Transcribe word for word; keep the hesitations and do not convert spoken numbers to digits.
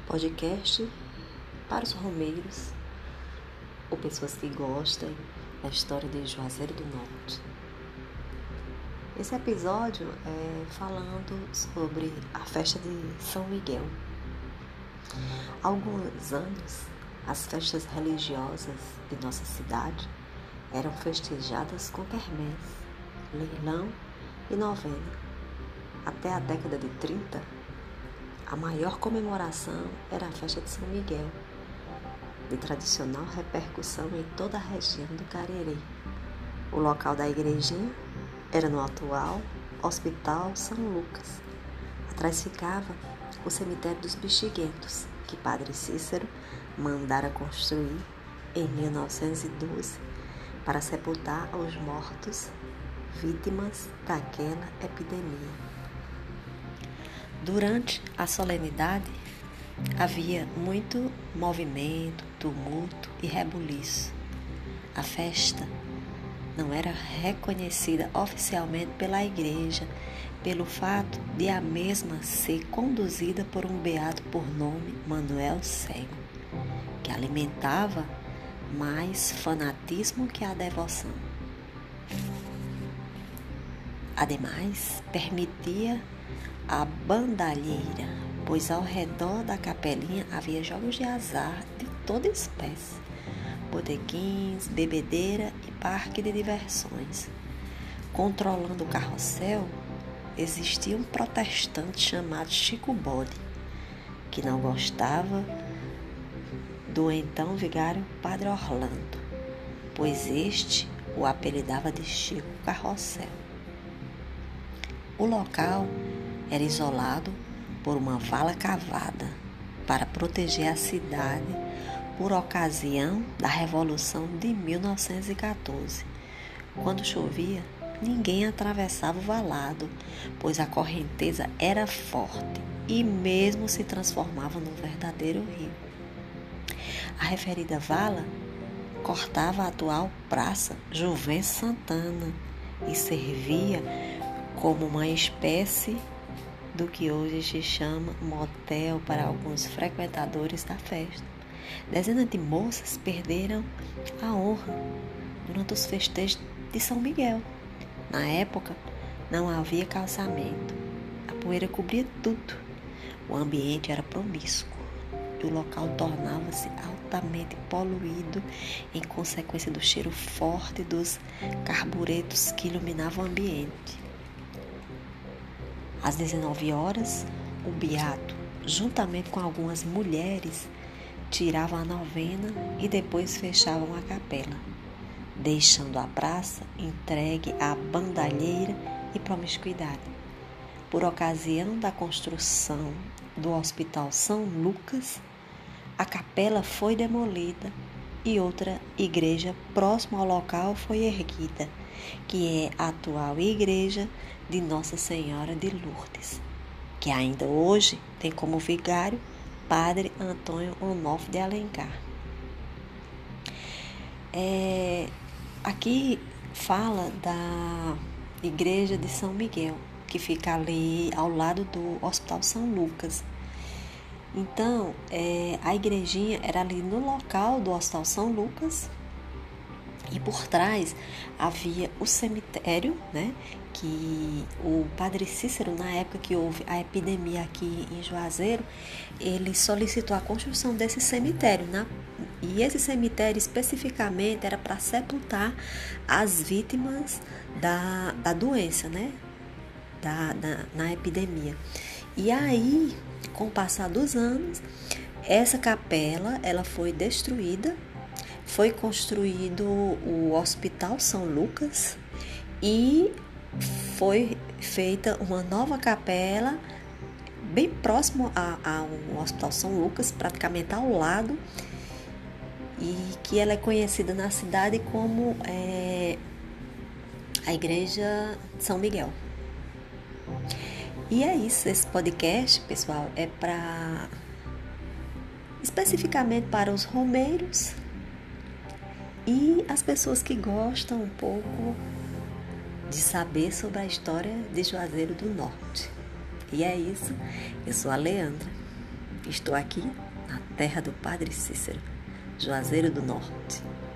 podcast para os romeiros ou pessoas que gostem da história de Juazeiro do Norte. Esse episódio é falando sobre a festa de São Miguel. Há alguns anos, as festas religiosas de nossa cidade eram festejadas com quermesse, leilão e novena. Até a década de trinta, a maior comemoração era a festa de São Miguel, de tradicional repercussão em toda a região do Cariri. O local da igrejinha era no atual Hospital São Lucas. Atrás ficava o cemitério dos Bexiguentos, que Padre Cícero mandara construir em mil novecentos e doze para sepultar os mortos vítimas daquela epidemia. Durante a solenidade, havia muito movimento, tumulto e rebuliço. A festa não era reconhecida oficialmente pela igreja, pelo fato de a mesma ser conduzida por um beato por nome Manuel Cego, que alimentava mais fanatismo que a devoção. Ademais, permitia a bandalheira, pois ao redor da capelinha havia jogos de azar de toda espécie, botequins, bebedeira e parque de diversões. Controlando o carrossel, existia um protestante chamado Chico Bode, que não gostava do então vigário Padre Orlando, pois este o apelidava de Chico Carrossel. O local era isolado por uma vala cavada para proteger a cidade por ocasião da Revolução de mil novecentos e catorze. Quando chovia, ninguém atravessava o valado, pois a correnteza era forte e mesmo se transformava num verdadeiro rio. A referida vala cortava a atual Praça Juvencio Santana e servia como uma espécie do que hoje se chama motel para alguns frequentadores da festa. Dezenas de moças perderam a honra durante os festejos de São Miguel. Na época, não havia calçamento. A poeira cobria tudo. O ambiente era promíscuo e o local tornava-se altamente poluído em consequência do cheiro forte dos carburetos que iluminavam o ambiente. Às dezenove horas, o beato, juntamente com algumas mulheres, tiravam a novena e depois fechavam a capela, deixando a praça entregue à bandalheira e promiscuidade. Por ocasião da construção do Hospital São Lucas, a capela foi demolida e outra igreja próxima ao local foi erguida, que é a atual igreja de Nossa Senhora de Lourdes, que ainda hoje tem como vigário Padre Antônio Onofre de Alencar. É, aqui fala da igreja de São Miguel, que fica ali ao lado do Hospital São Lucas. Então, é, a igrejinha era ali no local do Hospital São Lucas e por trás havia o cemitério, né, que o Padre Cícero, na época que houve a epidemia aqui em Juazeiro, ele solicitou a construção desse cemitério, né? E esse cemitério especificamente era para sepultar as vítimas da, da doença, né? Da, da, na epidemia. E aí, com o passar dos anos, essa capela ela foi destruída, foi construído o Hospital São Lucas e foi feita uma nova capela bem próximo ao Hospital São Lucas, praticamente ao lado, e que ela é conhecida na cidade como é, a Igreja São Miguel. E é isso, esse podcast, pessoal, é para especificamente para os romeiros e as pessoas que gostam um pouco de saber sobre a história de Juazeiro do Norte. E é isso, eu sou a Leandra. Estou aqui na terra do Padre Cícero, Juazeiro do Norte.